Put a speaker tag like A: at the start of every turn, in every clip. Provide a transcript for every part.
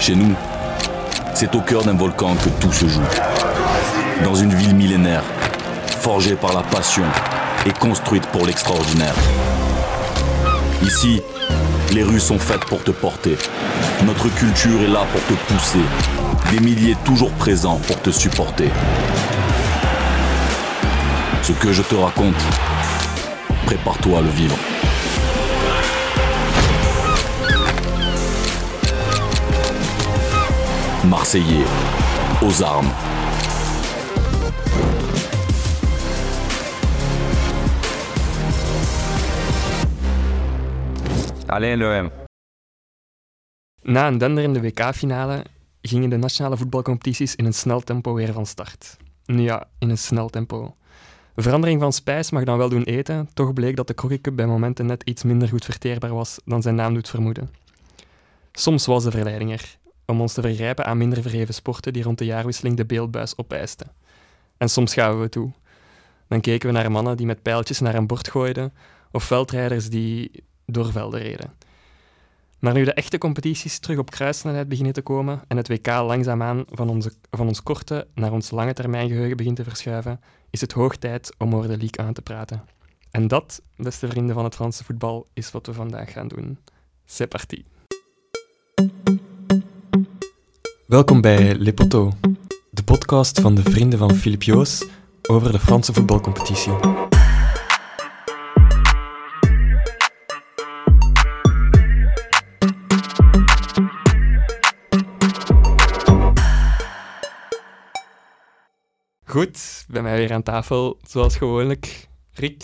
A: Chez nous, c'est au cœur d'un volcan que tout se joue. Dans une ville millénaire, forgée par la passion et construite pour l'extraordinaire. Ici, les rues sont faites pour te porter. Notre culture est là pour te pousser. Des milliers toujours présents pour te supporter. Ce que je te raconte, prépare-toi à le vivre. Marseillais, aux armes.
B: Alleen l'OM.
C: Na een denderende WK-finale gingen de nationale voetbalcompetities in een snel tempo weer van start. Nu ja, in een snel tempo. Verandering van spijs mag dan wel doen eten, toch bleek dat de Crocky Cup bij momenten net iets minder goed verteerbaar was dan zijn naam doet vermoeden. Soms was de verleiding er, om ons te vergrijpen aan minder verheven sporten die rond de jaarwisseling de beeldbuis opeisten. En soms gaven we toe. Dan keken we naar mannen die met pijltjes naar een bord gooiden, of veldrijders die door velden reden. Maar nu de echte competities terug op kruissnelheid beginnen te komen en het WK langzaamaan van ons korte naar ons lange termijn geheugen begint te verschuiven, is het hoog tijd om over de league aan te praten. En dat, beste vrienden van het Franse voetbal, is wat we vandaag gaan doen. C'est parti. Welkom bij Le Poteau, de podcast van de vrienden van Philippe Joos over de Franse voetbalcompetitie. Goed, bij mij weer aan tafel, zoals gewoonlijk. Rick.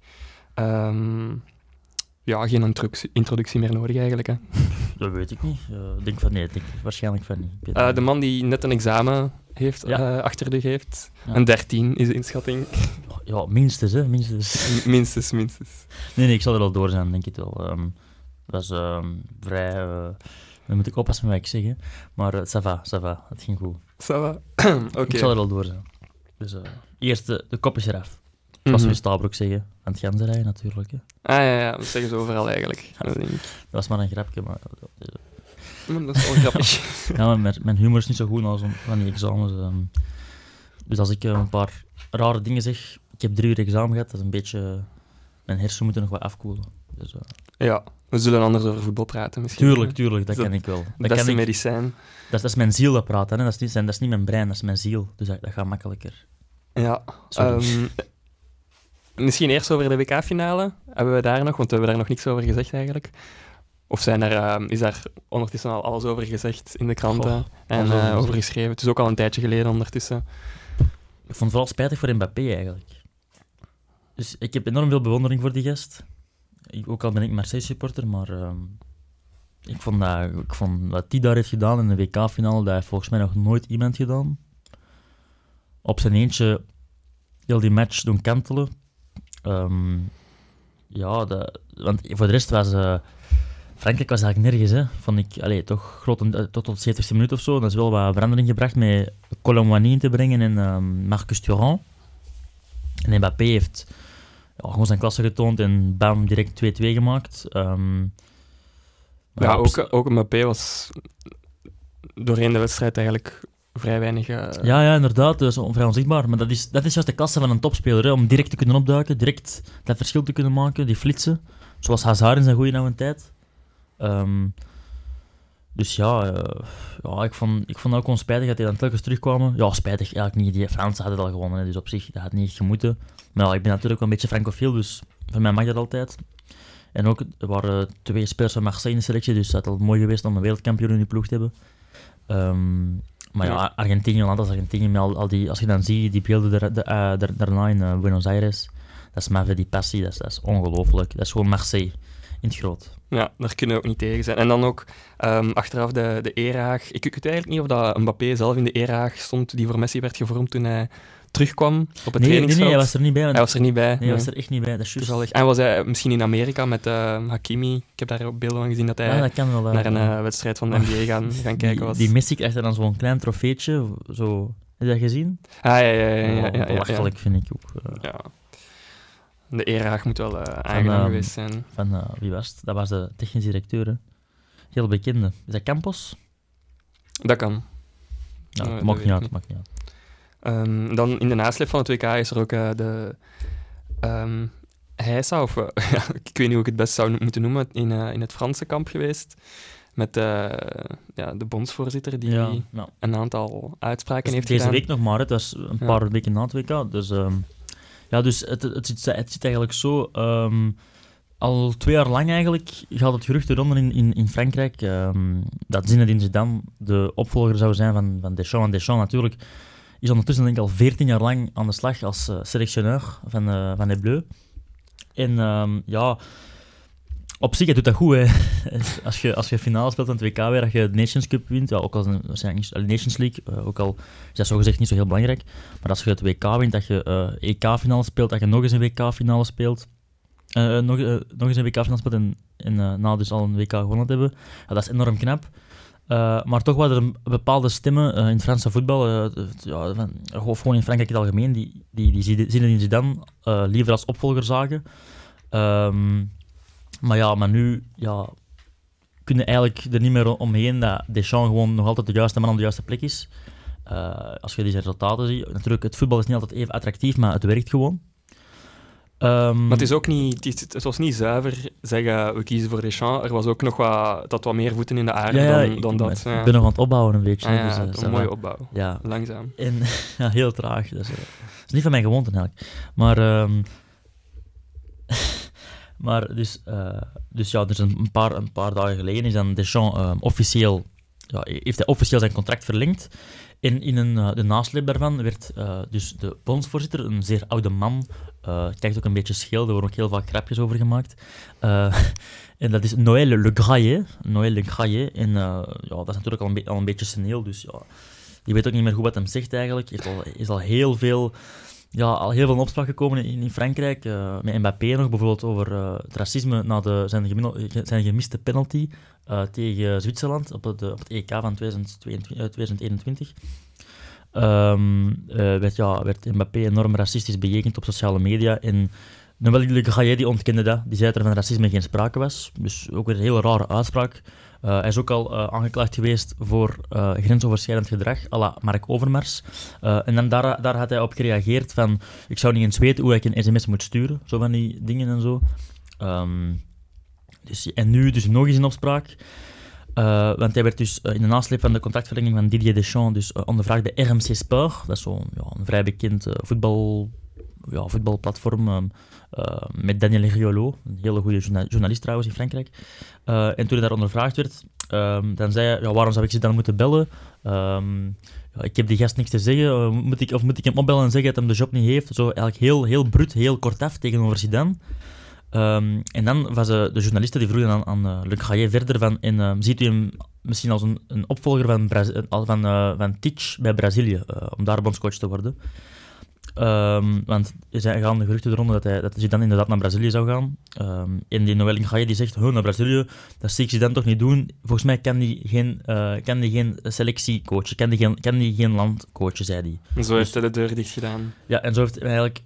C: Geen introductie meer nodig eigenlijk. Hè.
D: Dat weet ik niet. Denk van nee, waarschijnlijk van niet.
C: De man die net een examen heeft, achter de rug heeft. Ja. Een 13 is de inschatting.
D: Ja, minstens, hè. Minstens.
C: minstens.
D: Nee, ik zal er al door zijn, denk ik wel. Dat is vrij... dan moet ik oppassen met wat ik zeg, hè. Maar ça va. Het ging goed.
C: Ça va. Oké.
D: Ik zal er al door zijn. Dus eerst de kop is eraf. Zoals we in Stabroek zeggen. Aan het ganzenrijden natuurlijk. Hè.
C: Ja, dat zeggen ze overal eigenlijk.
D: Ja, dat was maar een grapje, maar...
C: Dat is wel grappig.
D: Ja, maar mijn humor is niet zo goed als van die examens. Dus als ik een paar rare dingen zeg... Ik heb 3 uur examen gehad, dat is een beetje... Mijn hersenen moeten nog wat afkoelen. Dus,
C: ja, we zullen anders over voetbal praten misschien.
D: Tuurlijk, dat kan ik wel.
C: Dat is een medicijn.
D: Dat is mijn ziel dat praat, hè. Dat is niet mijn brein, dat is mijn ziel. Dus dat gaat makkelijker.
C: Ja. Misschien eerst over de WK-finale. Hebben we daar nog, want we hebben daar nog niks over gezegd eigenlijk. Of is daar ondertussen al alles over gezegd in de kranten en over geschreven? Het is ook al een tijdje geleden ondertussen.
D: Ik vond het vooral spijtig voor Mbappé eigenlijk. Dus ik heb enorm veel bewondering voor die gast. Ook al ben ik Marseille-supporter, maar ik vond wat hij daar heeft gedaan in de WK-finale, dat heeft volgens mij nog nooit iemand gedaan. Op zijn eentje heel die match doen kantelen. Want voor de rest was... Frankrijk was eigenlijk nergens, hè. Vond ik, toch tot 70e minuut of zo. Dat is wel wat verandering gebracht met Colomboigny in te brengen en Marcus Thuram. En Mbappé heeft gewoon zijn klasse getoond en bam, direct 2-2 gemaakt.
C: Ook Mbappé was doorheen de wedstrijd eigenlijk vrij weinig...
D: Ja, inderdaad, dus vrij onzichtbaar. Maar dat is juist de klasse van een topspeler, hè, om direct te kunnen opduiken, direct dat verschil te kunnen maken, die flitsen. Zoals Hazard in zijn goede oude tijd. Ik vond ook gewoon spijtig dat hij dan telkens terugkwamen. Ja, spijtig eigenlijk niet. Die Fransen hadden het al gewonnen, hè, dus op zich, dat had niet echt gemoeten. Maar ja, ik ben natuurlijk wel een beetje francofiel, dus voor mij mag dat altijd. En ook, er waren 2 spelers van Marseille in de selectie, dus het had al mooi geweest om een wereldkampioen in die ploeg te hebben. Maar ja, Argentinië, land als Argentinië, met al die, als je dan ziet, die beelden daarna in Buenos Aires, dat is maar die passie, dat is ongelooflijk. Dat is gewoon Marseille in het groot.
C: Ja, daar kunnen we ook niet tegen zijn. En dan ook achteraf de erehaag. Ik weet eigenlijk niet of dat Mbappé zelf in de erehaag stond die voor Messi werd gevormd toen hij terugkwam op het trainingsveld.
D: Nee, hij was er niet bij.
C: Hij was er niet bij.
D: Nee, hij was er echt niet bij, dat is juist.
C: Toevallig. En was hij misschien in Amerika met Hakimi. Ik heb daar ook beelden van gezien dat hij
D: dat kan wel,
C: naar een wedstrijd van de NBA gaan kijken was.
D: Die Messi krijgt dan zo'n klein trofeetje. Zo. Heb je dat gezien?
C: Ja.
D: Belachelijk vind ik ook.
C: Ja. De erehaag moet wel aangenaam geweest zijn.
D: Wie was het? Dat was de technisch directeur. Hè. Heel bekende. Is dat Campos?
C: Dat kan.
D: Ja,
C: dat
D: maakt
C: weet
D: niet
C: ik
D: uit, maakt niet uit.
C: Dan in de nasleep van het WK is er ook de Heisa, of ja, ik weet niet hoe ik het best zou moeten noemen, in het Franse kamp geweest. Met de bondsvoorzitter die een aantal uitspraken heeft
D: deze
C: gedaan.
D: week nog maar, het was een paar weken na het WK. Dus, dus het zit eigenlijk zo... al 2 jaar lang eigenlijk gaat het gerucht eronder in Frankrijk dat Zinedine Zidane de opvolger zou zijn van Deschamps. En Deschamps natuurlijk is ondertussen denk ik al 14 jaar lang aan de slag als selectioneur van Les Bleus. En op zich, het doet dat goed. Hè. Als je finale speelt van het WK weer, dat je de Nations Cup wint, ja, ook al waarschijnlijk niet de Nations League, ook al is dat zogezegd niet zo heel belangrijk. Maar als je het WK wint, dat je EK-finale speelt, dat je nog eens een WK-finale speelt, nog eens een WK-finale speelt en na dus al een WK gewonnen te hebben, ja, dat is enorm knap. Maar toch waren er bepaalde stemmen in het Franse voetbal, of gewoon in Frankrijk in het algemeen, die Zinedine Zidane liever als opvolger zagen. Maar nu kun je eigenlijk er niet meer omheen dat Deschamps gewoon nog altijd de juiste man op de juiste plek is. Als je deze resultaten ziet. Natuurlijk, het voetbal is niet altijd even attractief, maar het werkt gewoon.
C: Maar het is ook niet, het was niet zuiver zeggen we kiezen voor Deschamps. Er was ook nog wat meer voeten in de aarde dan dat.
D: Ik ben nog aan het opbouwen een beetje.
C: Een mooie opbouw.
D: Ja.
C: Langzaam.
D: En, heel traag. Dat is niet van mijn gewoonte eigenlijk. Maar dus een paar dagen geleden is dan Deschamps heeft hij officieel zijn contract verlengd. En in de nasleep daarvan werd dus de bondsvoorzitter, een zeer oude man, krijgt ook een beetje scheel, er worden ook heel vaak grapjes over gemaakt. En dat is Noël Le Graillet. En dat is natuurlijk al een beetje seneel, dus ja, je weet ook niet meer goed wat hem zegt eigenlijk. Er is al heel veel in opspraak gekomen in Frankrijk. Met Mbappé nog bijvoorbeeld over het racisme na zijn gemiste penalty tegen Zwitserland op het EK van 2021. Werd Mbappé enorm racistisch bejegend op sociale media. En Noël Le Graillet die ontkende dat. Die zei dat er van racisme geen sprake was. Dus ook weer een hele rare uitspraak. Hij is ook al aangeklaagd geweest voor grensoverschrijdend gedrag, à la Mark Overmars. En dan daar had hij op gereageerd van, ik zou niet eens weten hoe ik een sms moet sturen, zo van die dingen en zo. En nu dus nog eens in opspraak. Want hij werd dus in de nasleep van de contractverlenging van Didier Deschamps dus ondervraagd bij RMC Sport. Dat is zo'n een vrij bekend voetbalplatform met Daniel Riolo, een hele goede journalist trouwens in Frankrijk. En toen hij daar ondervraagd werd, dan zei hij, waarom zou ik ze dan moeten bellen? Ik heb die gast niks te zeggen. Moet ik hem opbellen en zeggen dat hij de job niet heeft? Zo eigenlijk heel bruut, heel kortaf tegenover Zidane. En dan was de journalisten die vroegen aan Le Graillet verder van, ziet u hem misschien als een opvolger van Titch bij Brazilië, om daar bondscoach te worden? Want er gaan de geruchten eronder dat Zidane inderdaad naar Brazilië zou gaan. En die Noël Le Graillet die zegt, naar Brazilië, dat zie ik Zidane toch niet doen. Volgens mij kan die geen selectie coachen, kan die geen land coachen, zei hij.
C: En zo heeft hij de deur dicht gedaan.
D: Ja, en zo heeft hij eigenlijk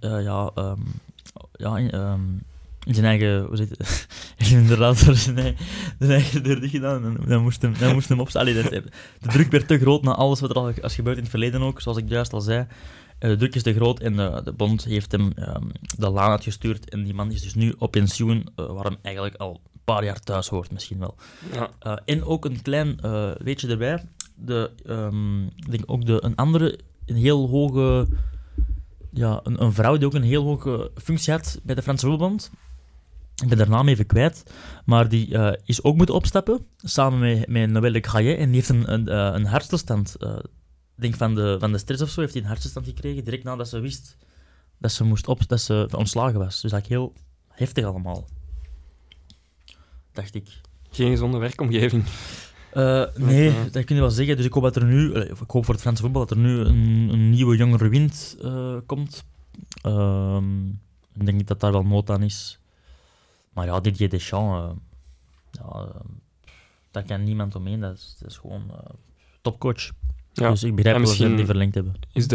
D: in zijn eigen... Hoe zit het? Inderdaad, voor zijn eigen deur dicht gedaan. En dan moest hem opstaan. De druk werd te groot na alles wat er al is gebeurd in het verleden ook, zoals ik juist al zei. De druk is te groot en de bond heeft hem de laan uitgestuurd. En die man is dus nu op pensioen, waar hem eigenlijk al een paar jaar thuis hoort misschien wel. Ja. En ook een klein weetje erbij. Ik denk ook een heel hoge... Ja, een vrouw die ook een heel hoge functie had bij de Franse voetbalbond. Ik ben haar naam even kwijt, maar die is ook moeten opstappen, samen met Noël Le Graillet. En die heeft een hartstilstand. Ik denk van de stress of zo, heeft hij een hartstilstand gekregen, direct nadat ze wist dat ze ontslagen was. Dus eigenlijk heel heftig allemaal. Dacht ik.
C: Geen gezonde werkomgeving.
D: Nee, dat kun je wel zeggen. Dus ik hoop voor het Franse voetbal dat er nu een nieuwe jongere wind komt. Ik denk dat daar wel nood aan is. Maar ja, Didier Deschamps, daar kan niemand omheen. Dat is gewoon topcoach. Ja. Dus ik begrijp dat ze die verlengd hebben.
C: Is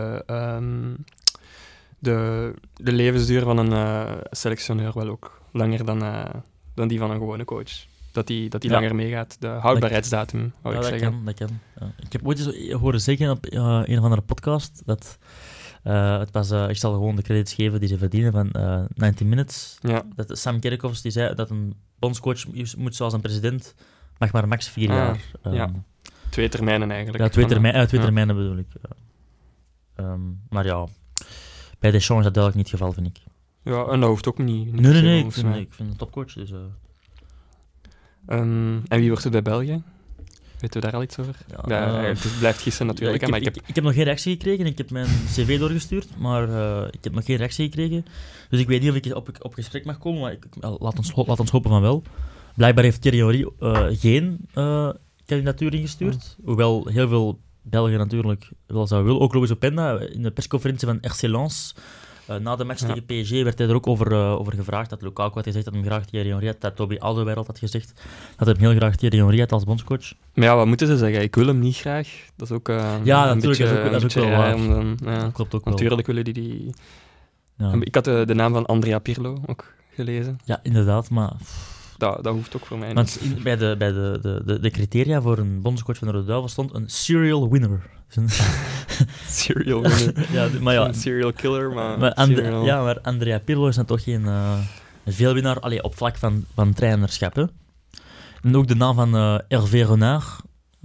C: de levensduur van een selectioneur wel ook langer dan die van een gewone coach? dat die
D: Ja.
C: langer meegaat. De houdbaarheidsdatum, wou ik
D: dat
C: zeggen.
D: kan. Ja. Ik heb ooit eens horen zeggen op een of andere podcast dat het was, ik zal gewoon de credits geven die ze verdienen van 90 Minutes.
C: Ja.
D: Dat Sam Kerkhoffs die zei dat een bondscoach moet zoals een president, mag maar max 4 jaar.
C: ja. 2 termijnen eigenlijk.
D: Ja, twee
C: Ja.
D: termijnen bedoel ik. Maar ja, bij Deschamps is dat duidelijk niet het geval, vind ik.
C: Ja, en dat hoeft ook niet.
D: Nee, ik
C: volgens mij.
D: vind een topcoach. Dus,
C: En wie wordt het bij België? Weten we daar al iets over? Het blijft gissen natuurlijk.
D: Ja, ik heb nog geen reactie gekregen. Ik heb mijn cv doorgestuurd, maar ik heb nog geen reactie gekregen. Dus ik weet niet of ik op gesprek mag komen, maar laat ons hopen van wel. Blijkbaar heeft Thierry Henry geen kandidatuur ingestuurd. Hoewel heel veel Belgen natuurlijk wel zou willen. Ook Loïs Openda in de persconferentie van RC Lens. Na de match tegen PSG werd hij er ook over gevraagd. Dat Lukaku had gezegd dat hem graag Thierry Henry had. Dat Toby Alderweireld had gezegd dat hij heel graag Thierry Henry had als bondscoach.
C: Maar ja, wat moeten ze zeggen? Ik wil hem niet graag. Dat is ook
D: Ja,
C: een
D: natuurlijk,
C: beetje,
D: dat is ook wel
C: raar
D: waar.
C: om dan,
D: Dat klopt ook wel.
C: natuurlijk willen die...
D: Ja.
C: Ik had de naam van Andrea Pirlo ook gelezen.
D: Ja, inderdaad, maar...
C: Dat hoeft ook voor mij niet.
D: Want bij de criteria voor een bondscoach van de Rode Duivels stond een serial winner.
C: Serial winner.
D: Ja, maar ja...
C: Een serial killer, maar
D: maar Andrea Pirlo is dan toch geen veelwinnaar op vlak van trainerschap. Hè? En ook de naam van Hervé Renard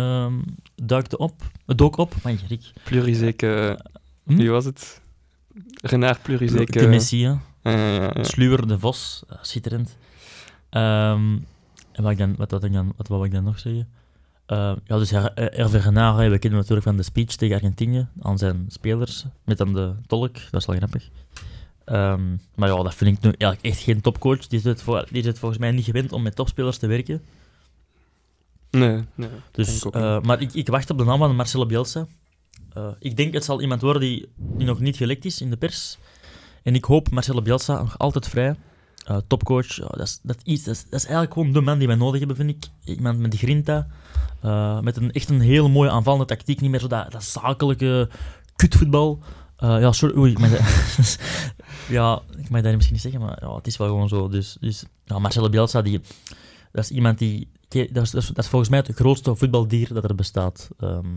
D: dook op. Maar Rick.
C: Plurizeke... Wie was het? Renard Plurizeke...
D: De Messi, hè?
C: Ja.
D: Sluwer de Vos, schitterend. En wat wou ik dan nog zeggen? Dus Hervé Renard, we kennen hem natuurlijk van de speech tegen Argentinië aan zijn spelers, met dan de tolk, dat is wel grappig. Maar ja, dat vind ik nu eigenlijk echt geen topcoach. Die is het volgens mij niet gewend om met topspelers te werken.
C: Nee.
D: Dus, maar ik wacht op de naam van Marcelo Bielsa. Ik denk het zal iemand worden die nog niet gelekt is in de pers. En ik hoop Marcelo Bielsa nog altijd vrij. Topcoach, dat is eigenlijk gewoon de man die wij nodig hebben, vind ik. Iemand met die grinta, met echt een hele mooie aanvallende tactiek, niet meer zo dat zakelijke kutvoetbal. Ja, sorry, oei, ja, ik mag dat misschien niet zeggen, maar ja, het is wel gewoon zo. Dus ja, Marcelo Bielsa, dat is iemand die... Dat is volgens mij het grootste voetbaldier dat er bestaat.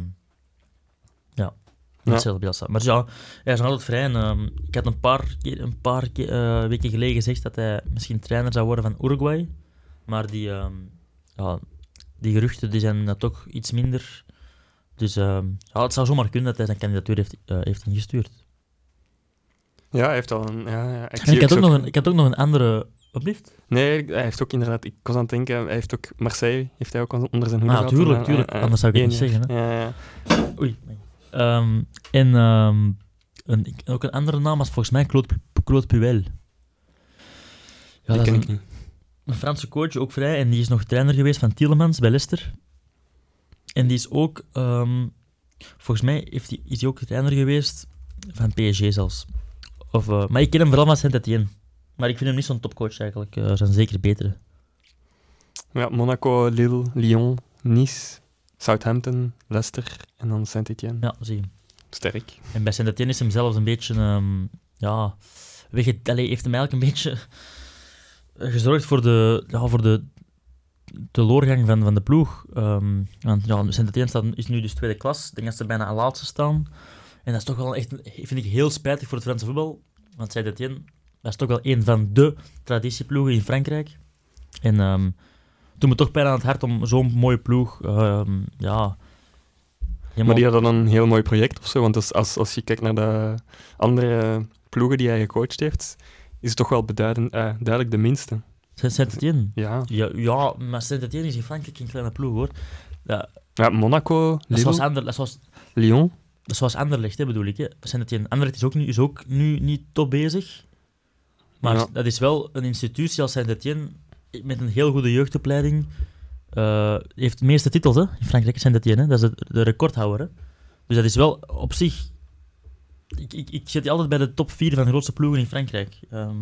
D: Marcelo Bielsa. Maar ja, hij is nog altijd vrij. En, ik had een paar weken geleden gezegd dat hij misschien trainer zou worden van Uruguay. Maar die geruchten die zijn toch iets minder. Dus het zou zomaar kunnen dat hij zijn kandidatuur heeft ingestuurd.
C: Ja, hij heeft al een... Ja,
D: ik had ook nog een andere... Opnieuw?
C: Nee, hij heeft ook inderdaad... Ik was aan het denken, hij heeft ook Marseille heeft hij ook onder zijn hoede gehad.
D: Tuurlijk. Anders zou ik het niet zeggen. Hè.
C: Ja.
D: Oei. Ook een andere naam was volgens mij Claude Puel. Ja,
C: Die ken ik niet.
D: Een Franse coach, ook vrij. En die is nog trainer geweest van Tielemans bij Leicester. En die is ook... volgens mij is hij ook trainer geweest van PSG zelfs. Maar ik ken hem vooral van Saint-Étienne. Maar ik vind hem niet zo'n topcoach eigenlijk. Er zijn zeker betere.
C: Ja, Monaco, Lille, Lyon, Nice, Southampton, Leicester en dan Saint-Étienne.
D: Ja, zie je.
C: Sterk.
D: En bij Saint-Étienne is hem zelfs een beetje... heeft hem eigenlijk een beetje gezorgd voor de teloorgang van de ploeg. Want Saint-Étienne is nu dus tweede klas. Ik denk dat ze bijna aan laatste staan. En dat is toch wel echt, vind ik, heel spijtig voor het Franse voetbal. Want Saint-Étienne, dat is toch wel een van de traditieploegen in Frankrijk. En toen me toch pijn aan het hart om zo'n mooie ploeg...
C: Maar die hadden een heel mooi project of zo. Want als je kijkt naar de andere ploegen die hij gecoacht heeft, is het toch wel duidelijk de minste.
D: Saint-Étienne?
C: Ja.
D: Ja, maar Saint-Étienne is in Frankrijk geen kleine ploeg, hoor.
C: Ja, Monaco, Lille, Lyon.
D: Dat is zoals Anderlecht, bedoel ik. Hè. Saint-Étienne. Anderlecht is ook nu niet top bezig. Maar dat is wel een institutie als Saint-Étienne met een heel goede jeugdopleiding. Heeft de meeste titels in Frankrijk, Saint-Étienne. Dat is de recordhouder. Hè. Dus dat is wel op zich... Ik zet die altijd bij de top 4 van de grootste ploegen in Frankrijk.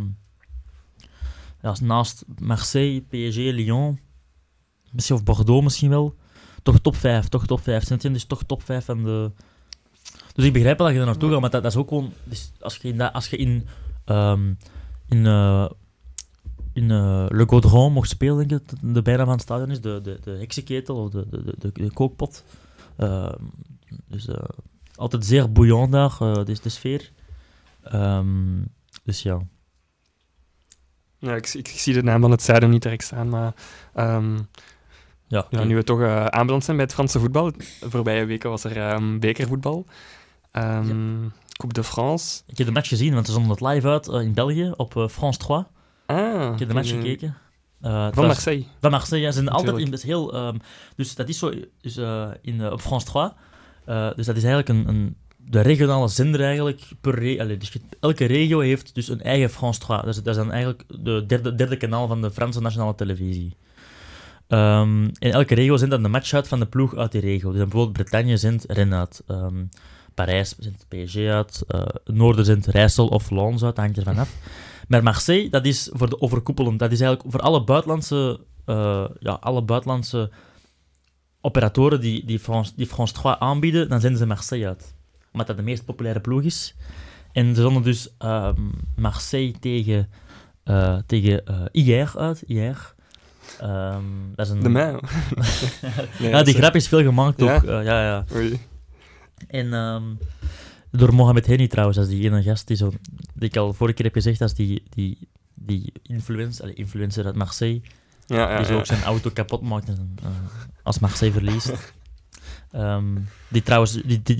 D: Naast Marseille, PSG, Lyon, misschien of Bordeaux misschien wel. Toch top 5. Saint-Étienne is toch top 5 van de... Dus ik begrijp wel dat je er naartoe gaat, maar dat is ook gewoon... Dus als je in Le Gaudron mocht spelen, denk ik, de bijnaam van het stadion is. De heksenketel of de kookpot. Dus altijd zeer bouillant daar, de sfeer. Dus ja.
C: Ja, ik zie de naam van het stadion niet direct staan, maar nu we toch aanbeland zijn bij het Franse voetbal. De voorbije weken was er bekervoetbal. Coupe de France.
D: Ik heb de match gezien, want ze zonden het live uit in België op France 3. Ik heb de match gekeken.
C: Van Marseille.
D: Van Marseille, ja. Ze zijn altijd in... dus dat is zo op France 3. Dus dat is eigenlijk de regionale zender eigenlijk. Dus elke regio heeft dus een eigen France 3. Dat is dan eigenlijk de derde kanaal van de Franse nationale televisie. In elke regio zendt dan de match uit van de ploeg uit die regio. Dus bijvoorbeeld Bretagne zendt Rennes uit. Parijs zendt PSG uit. Noorden zendt Rijssel of Lens uit. Dat hangt ervan af. Maar Marseille, dat is voor de overkoepelend. Dat is eigenlijk voor alle buitenlandse operatoren die France 3 aanbieden, dan zenden ze Marseille uit. Omdat dat de meest populaire ploeg is. En ze zonden dus Marseille tegen Hier uit. Hier. Dat is een...
C: De mij.
D: Ja, die grap is veel gemaakt ook. Ja.
C: Oei.
D: En door Mohamed Henny trouwens, als die ene gast die ik al vorige keer heb gezegd, als die influencer uit Marseille, die zo ook zijn auto kapot maakt als Marseille verliest. Die trouwens,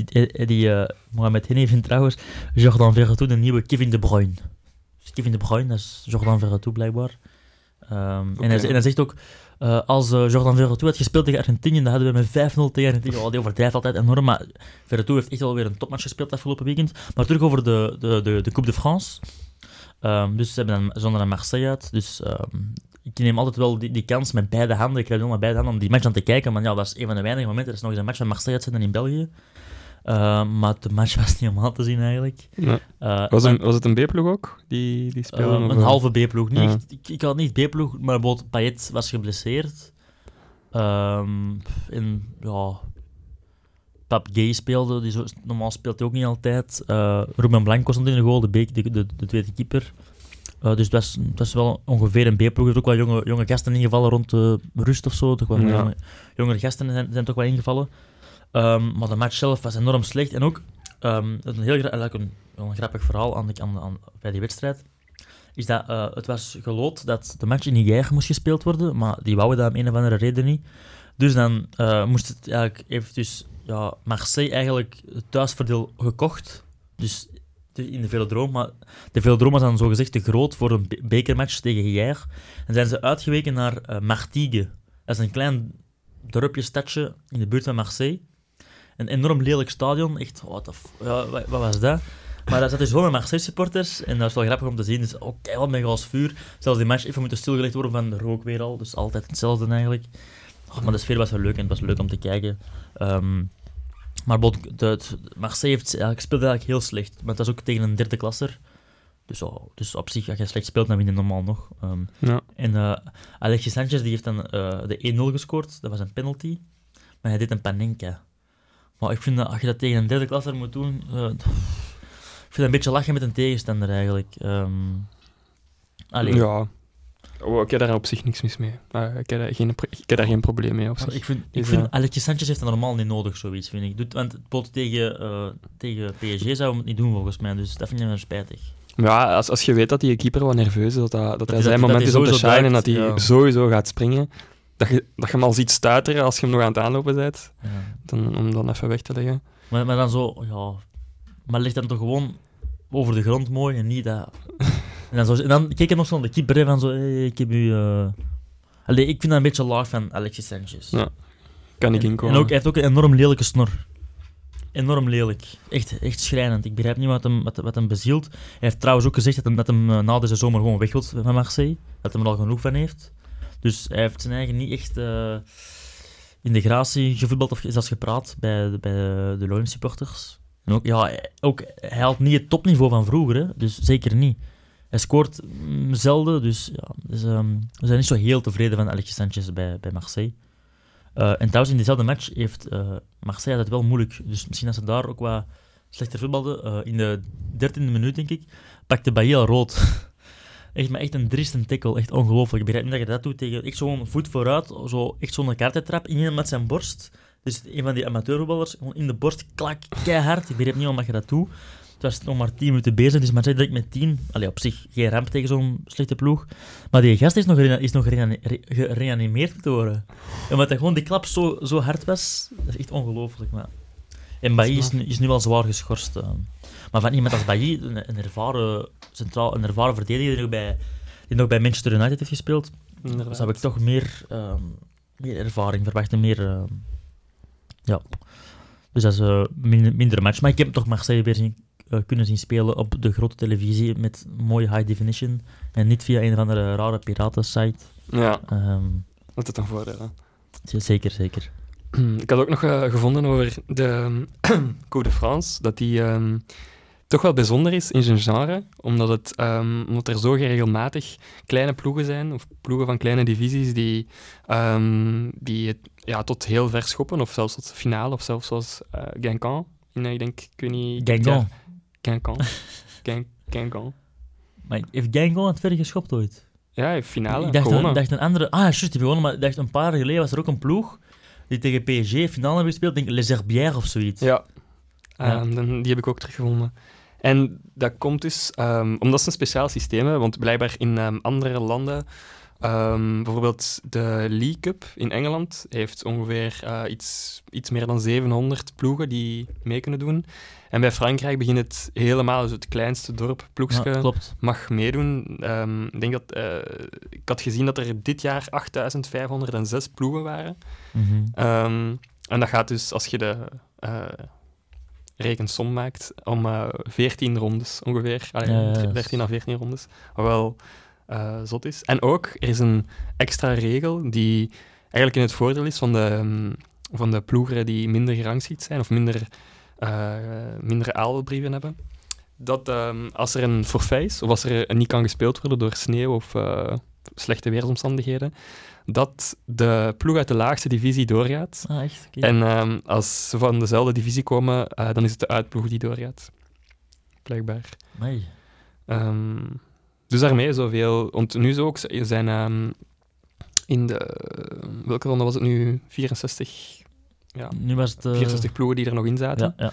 D: Mohamed Henny vindt trouwens Jordan Verretou de nieuwe Kevin De Bruyne. Dus Kevin De Bruyne, dat is Jordan Verretou blijkbaar. En hij zegt ook, als Jordan Verretou had gespeeld tegen Argentinië, dan hadden we met 5-0 tegen Argentinië. Die overdrijft altijd enorm, maar Verretou heeft echt wel weer een topmatch gespeeld afgelopen weekend. Maar terug over de Coupe de France. Dus ze zonden naar Marseille uit. Dus ik neem altijd wel die kans met beide handen. Ik krijg wel met beide handen om die match aan te kijken. Maar ja, dat is een van de weinige momenten. Er is nog eens een match van Marseille uitzenden in België. Maar de match was niet helemaal te zien eigenlijk.
C: Nee. Was het een B-ploeg ook? Die speelde
D: een halve B-ploeg. Ik had niet B-ploeg, maar bijvoorbeeld Payet was geblesseerd. Pape Gay speelde, normaal speelt hij ook niet altijd. Ruben Blanco stond in de goal, de tweede keeper. Dus dat was wel ongeveer een B-ploeg. Er zijn ook wel jonge gasten ingevallen rond de rust of zo. Toch wel jongere gasten zijn toch wel ingevallen. Maar de match zelf was enorm slecht. En ook, een heel grappig verhaal bij die wedstrijd, is dat het was geloot dat de match in Niger moest gespeeld worden, maar die wouden dat om een of andere reden niet. Dus dan moest het eigenlijk, heeft dus Marseille eigenlijk het thuisvoordeel gekocht. Dus in de Velodroom. Maar de Velodroom was dan zogezegd te groot voor een bekermatch tegen Hier. En zijn ze uitgeweken naar Martigues. Dat is een klein dorpje, stadje in de buurt van Marseille. Een enorm lelijk stadion. Echt, wat was dat? Maar daar zaten dus gewoon Marseille-supporters. En dat was wel grappig om te zien. Dus wat met gas vuur. Zelfs die match even moeten stilgelegd worden van de rook weer al. Dus altijd hetzelfde eigenlijk. Maar de sfeer was wel leuk en het was leuk om te kijken. Maar Marseille speelde eigenlijk heel slecht. Maar het was ook tegen een derde klasser. Dus op zich, als je slecht speelt, dan win je normaal nog. En Alexis Sanchez die heeft dan de 1-0 gescoord. Dat was een penalty. Maar hij deed een Panenka. Maar ik vind dat als je dat tegen een derde klasser moet doen... ik vind dat een beetje lachen met een tegenstander eigenlijk.
C: Ja. Ik heb daar op zich niks mis mee. Ik heb daar geen probleem mee op zich.
D: Ik vind Alexis Sanchez heeft dat normaal niet nodig, zoiets, vind ik. Want het tegen PSG zou hem het niet doen, volgens mij. Dus dat vind ik wel spijtig.
C: Ja, als je weet dat die keeper wel nerveus is, dat hij zijn moment is om te shine en dat hij sowieso gaat springen, dat je hem al ziet stuiteren als je hem nog aan het aanlopen bent, om dan even weg te leggen.
D: Maar dan zo, maar ligt dan toch gewoon over de grond mooi en niet dat... En dan keek ik nog zo naar de keeper van zo, ik heb u... ik vind dat een beetje laag van Alexis Sanchez. Ja,
C: kan ik inkomen.
D: En ook, hij heeft ook een enorm lelijke snor. Enorm lelijk. Echt schrijnend. Ik begrijp niet wat hem bezielt. Hij heeft trouwens ook gezegd dat hem na deze zomer gewoon weg wil van Marseille. Dat hij er al genoeg van heeft. Dus hij heeft zijn eigen niet echt in de gratie gevoetbald of zelfs gepraat bij de Leuven supporters. En ook, hij haalt niet het topniveau van vroeger, hè? Dus zeker niet. Hij scoort zelden, dus we zijn niet zo heel tevreden van Alexis Sanchez bij Marseille. En trouwens, in diezelfde match heeft Marseille het wel moeilijk. Dus misschien dat ze daar ook wat slechter voetbalden. In de 13e minuut, denk ik, pakte Bailly al rood. echt een drieste tackle. Echt ongelooflijk. Ik begrijp niet dat je dat doet tegen... Echt zo'n voet vooruit, zo, echt zo'n kaartentrap. Iemand met zijn borst. Dus een van die amateurvoetballers, gewoon in de borst, klak, keihard. Ik begrijp niet omdat je dat doet. Het was nog maar 10 minuten bezig, dus maar zei direct met 10. Allee, op zich geen ramp tegen zo'n slechte ploeg. Maar die gast is nog gereanimeerd moeten worden. Omdat hij gewoon die klap zo hard was, dat is echt ongelooflijk. Maar... En Bailly is nu wel zwaar geschorst. Maar van iemand als Bailly, een ervaren verdediger die nog bij Manchester United heeft gespeeld, zou ik toch meer ervaring verwachten. Ja. Dus dat is een mindere match. Maar ik heb toch Marseille weer kunnen zien spelen op de grote televisie met mooie high definition. En niet via een of andere rare piratensite.
C: Ja, dat is toch voordeel.
D: Zeker.
C: Ik had ook nog gevonden over de Coupe de France, dat die toch wel bijzonder is in zijn genre, omdat er zo regelmatig kleine ploegen zijn, of ploegen van kleine divisies, die het tot heel ver schoppen, of zelfs tot de finale, of zelfs zoals Guingamp. Ik weet niet... Guingamp.
D: Maar heeft Guingamp het ver geschopt ooit?
C: Ja, finale,
D: ik dacht een andere... Ah, juist, die gewonnen, maar ik dacht een paar jaar geleden was er ook een ploeg die tegen PSG finale hebben gespeeld, denk ik Les Herbières of zoiets.
C: Ja, die heb ik ook teruggevonden. En dat komt dus omdat ze een speciaal systeem hebben, want blijkbaar in andere landen, bijvoorbeeld de League Cup in Engeland, heeft ongeveer iets meer dan 700 ploegen die mee kunnen doen. En bij Frankrijk begint het helemaal, dus het kleinste dorp, ploegske, mag meedoen. Ik denk dat ik had gezien dat er dit jaar 8.506 ploegen waren.
D: Mm-hmm.
C: En dat gaat dus, als je de rekensom maakt, om 14 rondes ongeveer. 13 à 14 rondes. Wat wel zot is. En ook, er is een extra regel die eigenlijk in het voordeel is van de ploegen die minder gerangschikt zijn of minder adelbrieven hebben. Dat als er een forfait is, of als er niet kan gespeeld worden door sneeuw of slechte weersomstandigheden, dat de ploeg uit de laagste divisie doorgaat.
D: Ah, echt? Okay.
C: En als ze van dezelfde divisie komen, dan is het de uitploeg die doorgaat. Blijkbaar.
D: Nee.
C: Dus daarmee zoveel... Want nu zijn in de... Welke ronde was het nu? 64... Ja,
D: nu was het...
C: 64 ploegen die er nog in zaten.
D: Ja.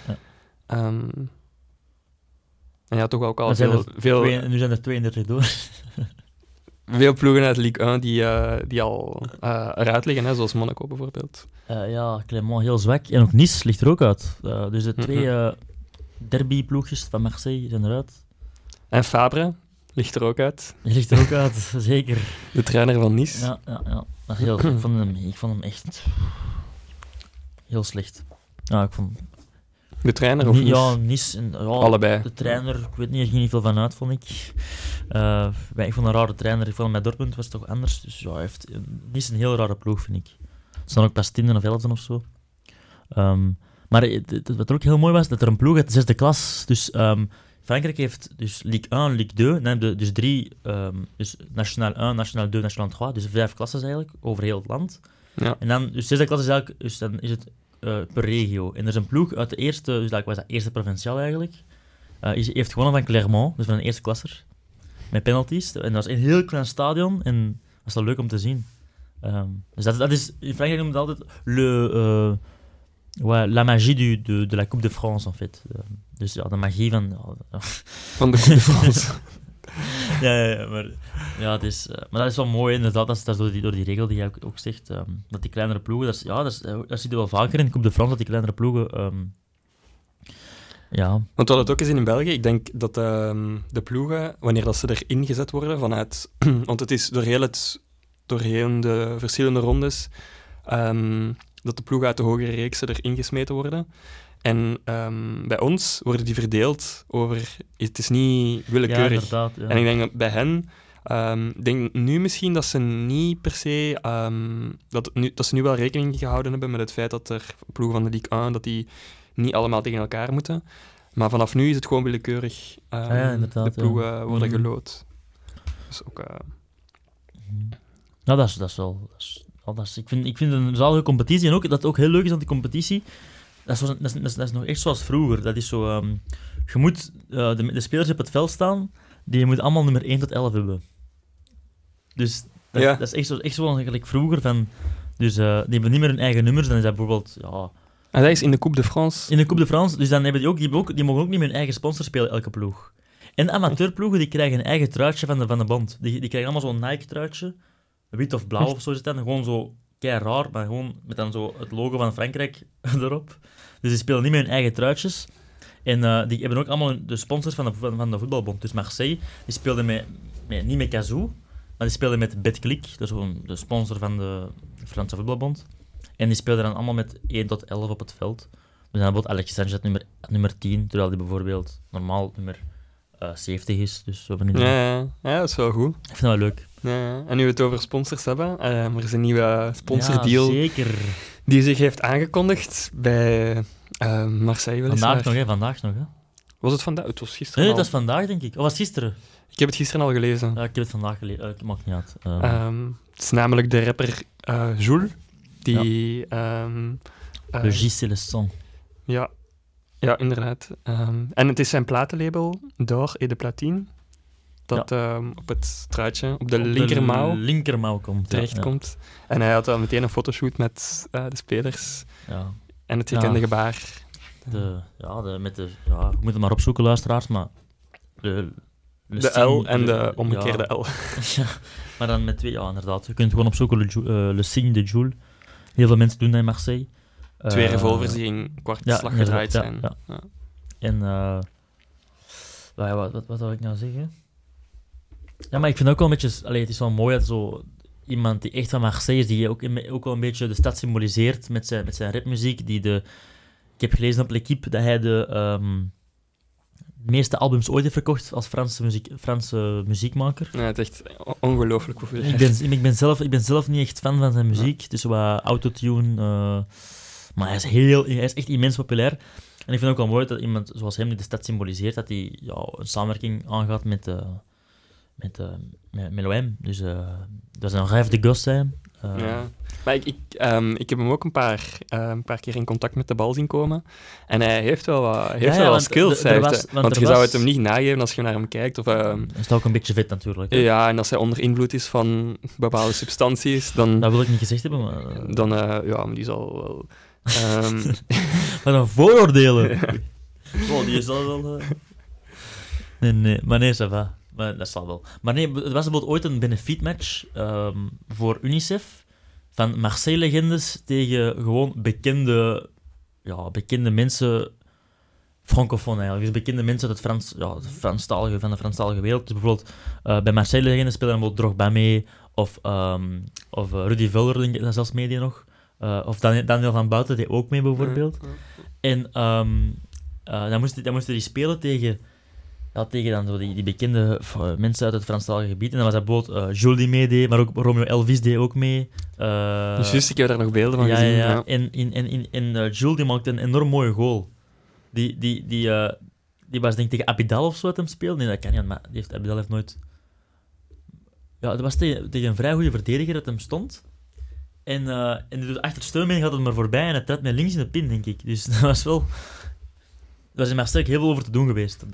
C: En ja, toch ook al veel...
D: Nu zijn er 32 door.
C: Veel ploegen uit Ligue 1 die al eruit liggen, hè, zoals Monaco bijvoorbeeld.
D: Ja, Clermont heel zwak. En ook Nice ligt er ook uit. Dus de twee derbyploegjes van Marseille zijn eruit.
C: En Fabre ligt er ook uit.
D: Die ligt er ook uit, zeker.
C: De trainer van Nice.
D: Ja. Maar ik vond hem echt heel slecht. Ja, ik vond...
C: De trainer of Nice?
D: Ja, Nice.
C: Allebei.
D: De trainer, ik weet niet, er ging niet veel van uit, vond ik. Ik vond een rare trainer. Ik vond hem bij Dortmund was het toch anders. Dus ja, hij heeft Nice een heel rare ploeg, vind ik. Ze staan ook pas 10e of 11e of zo. Maar wat er ook heel mooi was, dat er een ploeg uit de zesde klas... Dus Frankrijk heeft dus Ligue 1, Ligue 2, dus 3, dus National 1, National 2, National 3, dus 5 klassen eigenlijk, over heel het land.
C: Ja.
D: En dan, dus zesde klas is eigenlijk, dus dan is het per regio. En er is een ploeg uit de eerste, dus dat was dat eerste provinciaal eigenlijk, heeft gewonnen van Clermont, dus van een eerste klasser, met penalties. En dat was een heel klein stadion en dat was wel leuk om te zien. Dus dat is, in Frankrijk noemen we het altijd la magie de la Coupe de France, en fait. Dus ja, de magie van...
C: Van de Coupe de France.
D: maar het is... maar dat is wel mooi, inderdaad. Dat is door die regel die jij ook zegt. Dat die kleinere ploegen... Dat zie je wel vaker in de Coupe de France, dat die kleinere ploegen... ja.
C: Want we hadden het ook gezien in België. Ik denk dat de ploegen, wanneer dat ze erin gezet worden vanuit... want het is doorheen de verschillende rondes... dat de ploegen uit de hogere reeksen erin gesmeten worden. En bij ons worden die verdeeld over... Het is niet willekeurig.
D: Ja, inderdaad. Ja.
C: En ik denk dat bij hen... denk nu misschien dat ze niet per se... dat ze nu wel rekening gehouden hebben met het feit dat er ploegen van de Ligue 1... dat die niet allemaal tegen elkaar moeten. Maar vanaf nu is het gewoon willekeurig. De ploegen worden geloot. Dus ook...
D: Nou, dat is wel... Ik vind het een zalige competitie. En ook dat het ook heel leuk is aan die competitie... Dat is nog echt zoals vroeger. Dat is zo... je moet de spelers op het veld staan, die je moet allemaal nummer 1 tot 11 hebben. Dus
C: Ja.
D: dat is echt zo eigenlijk vroeger van... Dus die hebben niet meer hun eigen nummers. Dan is dat bijvoorbeeld... Ja,
C: En dat is in de Coupe de France.
D: in de Coupe de France. Dus dan hebben die mogen ook niet meer hun eigen sponsor spelen, elke ploeg. En amateurploegen die krijgen een eigen truitje van de bond. Die krijgen allemaal zo'n Nike-truitje. Wit of blauw of zo is het dan. Gewoon zo kei raar, maar gewoon met dan zo het logo van Frankrijk erop. Dus die spelen niet meer hun eigen truitjes. En die hebben ook allemaal de sponsors van de voetbalbond. Dus Marseille, die speelde niet met Cazoo, maar die speelde met Betclic, dat is gewoon de sponsor van de Franse voetbalbond. En die speelden dan allemaal met 1 tot 11 op het veld. Dus dan bijvoorbeeld Alexis Sanchez nummer 10, terwijl die bijvoorbeeld normaal nummer 70 is. Dus zo van die dingen.
C: Ja, dat is wel goed.
D: Ik vind dat wel leuk.
C: Ja. En nu we het over sponsors hebben, er is een nieuwe sponsordeal
D: Ja, zeker.
C: die zich heeft aangekondigd bij Marseille.
D: Vandaag nog, hè.
C: Was het vandaag? Het was gisteren
D: Nee,
C: al.
D: dat is vandaag, denk ik. Of was het gisteren?
C: Ik heb het gisteren al gelezen.
D: Ja, ik heb het vandaag gelezen. Het maakt niet uit.
C: Het is namelijk de rapper Jules, die...
D: Le Gis et le Son.
C: Ja, inderdaad. En het is zijn platenlabel, D'Or et de Platine, dat op het truitje, op de linkermouw
D: komt.
C: terechtkomt. En hij had dan meteen een fotoshoot met de spelers
D: Ja.
C: en het gekende gebaar.
D: Je moet het maar opzoeken, luisteraars, maar... De
C: L en de omgekeerde L.
D: Ja, maar dan met 2, ja, inderdaad. Je kunt gewoon opzoeken, le signe de Jules. Heel veel mensen doen dat in Marseille.
C: 2 revolvers die in kwartslag gedraaid zijn.
D: Ja. En... wat wil ik nou zeggen? Ja, maar ik vind ook wel een beetje... het is wel mooi dat zo iemand die echt van Marseille is, die ook wel een beetje de stad symboliseert met zijn rapmuziek. Ik heb gelezen op L'Équipe dat hij de meeste albums ooit heeft verkocht als Franse muziekmaker.
C: Ja, het is echt ongelooflijk hoeveel.
D: Ik ben zelf niet echt fan van zijn muziek. Het is wat autotune, maar hij is echt immens populair. En ik vind ook wel mooi dat iemand zoals hem die de stad symboliseert, dat hij een samenwerking aangaat met l'OM. Dus dat is een rêve de gosse zijn.
C: Ja. Maar ik heb hem ook een paar keer in contact met de bal zien komen. En hij heeft wel wat skills. Want je zou het hem niet nageven als je naar hem kijkt. Of,
D: hij is ook een beetje vet natuurlijk. Hè?
C: Ja, en als hij onder invloed is van bepaalde substanties, dan...
D: Dat wil ik niet gezegd hebben, maar...
C: Dan, maar die zal wel...
D: Wat een vooroordelen. Oh, die is al wel... Nee, maar nee, ça va. Maar dat zal wel. Maar nee, er was bijvoorbeeld ooit een benefietmatch voor UNICEF van Marseille-legendes tegen gewoon bekende mensen, francofoon eigenlijk, dus bekende mensen uit van de Franstalige wereld. Dus bijvoorbeeld bij Marseille-legendes spelen dan bijvoorbeeld Drogba mee, of Rudy Vuller, denk ik dat zelfs mee die nog, of Daniel van Bouten die ook mee bijvoorbeeld. En dan moesten die spelen tegen dan zo die bekende mensen uit het Franstalige gebied. En dan was dat bijvoorbeeld Jules die meedeed, maar ook Romeo Elvis deed ook mee.
C: Dus juist, ik heb daar nog beelden van gezien.
D: Ja. En Jules die maakte een enorm mooie goal. Die was denk ik tegen Abidal of zo dat hem speelde. Nee, dat kan niet, maar Abidal heeft nooit... Ja, dat was tegen een vrij goede verdediger dat hem stond. En dus achter het steunbeen gaat het maar voorbij en het trad met links in de pin, denk ik. Dus dat was wel... Er was in Marseille heel veel over te doen geweest.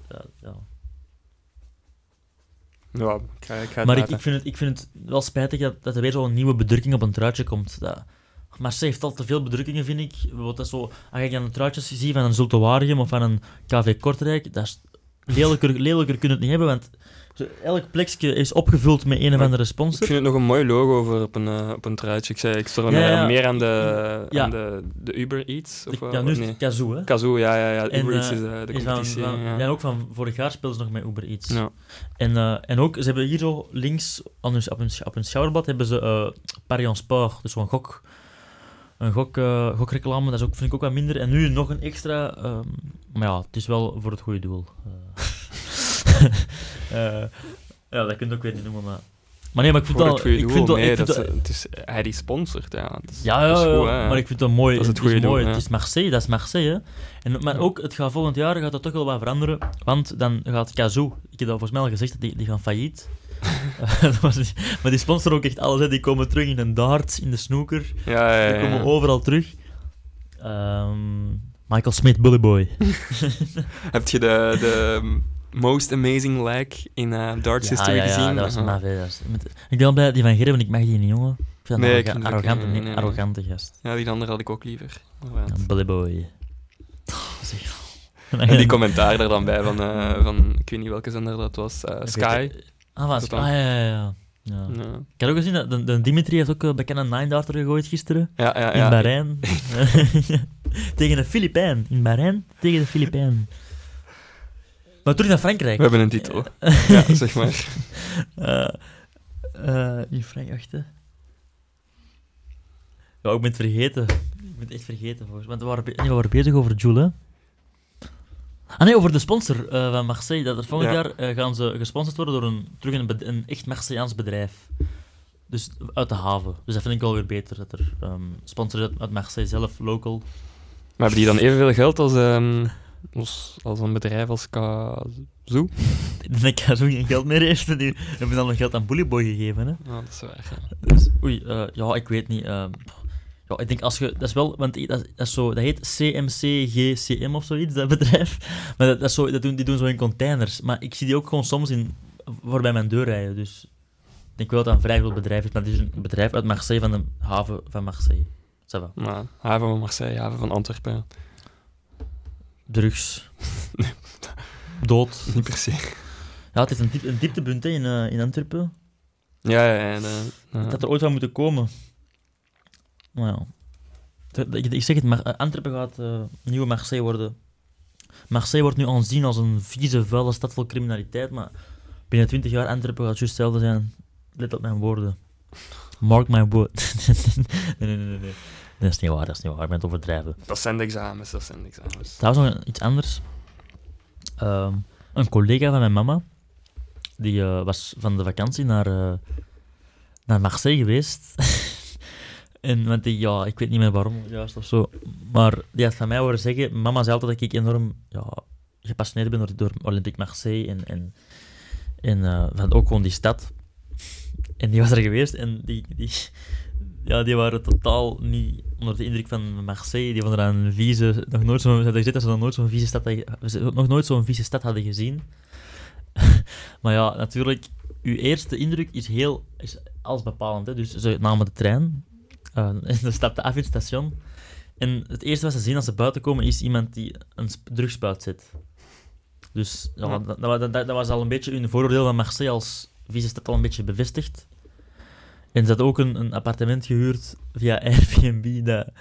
C: Ja, ik ga
D: maar ik vind het wel spijtig dat er weer zo'n nieuwe bedrukking op een truitje komt. Marseille heeft al te veel bedrukkingen, vind ik. Dat zo, als ik aan de truitjes zie van een Zulte Waregem of van een KV Kortrijk, dat is lelijker kun je het niet hebben, want elk plekje is opgevuld met een of andere sponsor.
C: Ik vind het nog een mooi logo voor op een truitje. Ik stond meer aan de Uber Eats.
D: Nu is het Cazoo, hè?
C: Cazoo, ja. Uber Eats is de competitie.
D: En ook van vorig jaar speelden ze nog met Uber Eats.
C: Ja.
D: En ook, ze hebben hier zo links op hun schouderblad hebben ze Paris en Sport, dus zo'n gokreclame. Dat vind ik ook wat minder. En nu nog een extra, maar ja, het is wel voor het goede doel. Dat kun je ook weer niet noemen, maar nee, maar ik vind
C: voor
D: wel...
C: het goede doel,
D: het
C: is hij die sponsort, ja. Dat is
D: goed, maar ik vind het mooi.
C: Dat is het goede doel,
D: Het is Marseille, hè. Maar ook, het gaat volgend jaar gaat dat toch wel wat veranderen, want dan gaat Cazoo, ik heb dat volgens mij al gezegd, die gaan failliet. Maar die sponsoren ook echt alles, hè. Die komen terug in een darts, in de snooker. Die komen overal terug. Michael Smith, Bully Boy.
C: Heb je Most Amazing Leg in Darts History gezien.
D: Ja, dat was maf. Ik ben al bij die van Gerben, ik mag die niet, jongen. Ik vind
C: Nee,
D: dat
C: ik
D: een
C: vind het ook niet. Nee.
D: arrogante gast.
C: Ja, die andere had ik ook liever.
D: Ja, Bully boy.
C: En die commentaar er dan bij van ik weet niet welke zender dat was, Sky.
D: Van Sky, ja. Ja. Ik had ook gezien dat de Dimitri heeft ook bekende nine-darter gegooid gisteren.
C: Ja.
D: In Bahrein. Tegen de Filipijn. In Bahrein tegen de Filipijn. Maar terug naar Frankrijk.
C: We hebben een titel. Ja, zeg maar.
D: In Frankrijk, hè. Ja, ik ben het vergeten. Ik ben het echt vergeten, volgens mij. Want we waren bezig over Joule, hè. Ah nee, over de sponsor van Marseille. Dat er volgend jaar gaan ze gesponsord worden door een echt Marseilleaans bedrijf. Dus uit de haven. Dus dat vind ik wel weer beter, dat er sponsors uit Marseille zelf, local.
C: Maar hebben die dan evenveel geld als een bedrijf als Kazoo?
D: Ik denk dat Kazoo geen geld meer heeft. En die hebben dan nog geld aan Bully Boy gegeven, hè.
C: Ja, dat is waar.
D: Dus, ja, ik weet niet. Ja, ik denk als je... Dat is wel... Want dat is zo... Dat heet CMCGCM of zoiets, dat bedrijf. Maar dat is zo, die doen zo in containers. Maar ik zie die ook gewoon soms voorbij mijn deur rijden. Dus ik denk wel dat het een vrij groot bedrijf is. Maar het is een bedrijf uit Marseille, van de haven van Marseille. Ça va.
C: Nou, haven van Marseille, haven van Antwerpen.
D: Drugs. Dood.
C: Niet per se.
D: Ja, het is een dieptepunt hè, in Antwerpen.
C: Ja.
D: Dat had er ooit van moeten komen. Nou ja. Ik zeg het, maar Antwerpen gaat nieuwe Marseille worden. Marseille wordt nu aanzien als een vieze, vuile stad vol criminaliteit, maar binnen 20 jaar Antwerpen gaat juist hetzelfde zijn. Let op mijn woorden. Mark my word. Nee. Dat is niet waar, ik ben het overdrijven.
C: Dat zijn de examens.
D: Trouwens nog iets anders. Een collega van mijn mama, die was van de vakantie naar Marseille geweest. Want die, ik weet niet meer waarom juist of zo, maar die had van mij horen zeggen, mama zei altijd dat ik enorm gepassioneerd ben door Olympique Marseille en van ook gewoon die stad. En die was er geweest en die waren totaal niet onder de indruk van Marseille. Die vonden dat een vieze... Ze hadden gezegd dat ze nog nooit zo'n vieze stad hadden gezien. Maar ja, natuurlijk, uw eerste indruk is alles bepalend. Hè? Dus ze namen de trein en ze stapten af in het station. En het eerste wat ze zien als ze buiten komen is iemand die een drugspuit zet. Dus dat was al een beetje hun vooroordeel van Marseille als vieze stad al een beetje bevestigd. En ze hadden ook een appartement gehuurd via Airbnb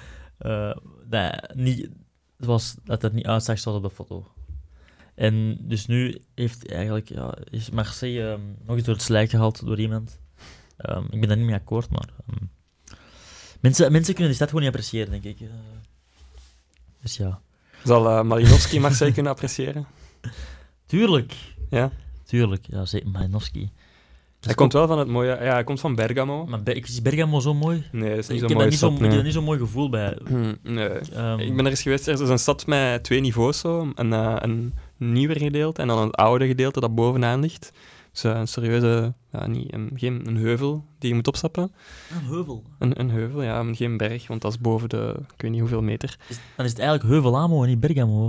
D: dat er niet uitzag zoals op de foto. En dus nu is Marseille nog eens door het slijk gehaald door iemand. Ik ben daar niet mee akkoord, maar mensen kunnen die stad gewoon niet appreciëren, denk ik. Dus ja.
C: Zal Malinowski Marseille kunnen appreciëren?
D: Tuurlijk.
C: Ja?
D: Tuurlijk, ja, zeker. Malinowski.
C: Hij komt wel van het mooie... Ja, hij komt van Bergamo.
D: Maar is Bergamo zo mooi?
C: Nee, dat is niet
D: ik
C: zo mooi.
D: Ik heb daar niet zo'n mooi gevoel bij.
C: Nee. Ik ben er eens geweest. Er is een stad met 2 niveaus zo. Een nieuwer gedeelte en dan een oude gedeelte dat bovenaan ligt. Dus een serieuze... geen heuvel die je moet opstappen.
D: Een heuvel?
C: Een heuvel, ja. Geen berg, want dat is boven de... Ik weet niet hoeveel meter.
D: Dan is het eigenlijk Heuvelamo en niet Bergamo.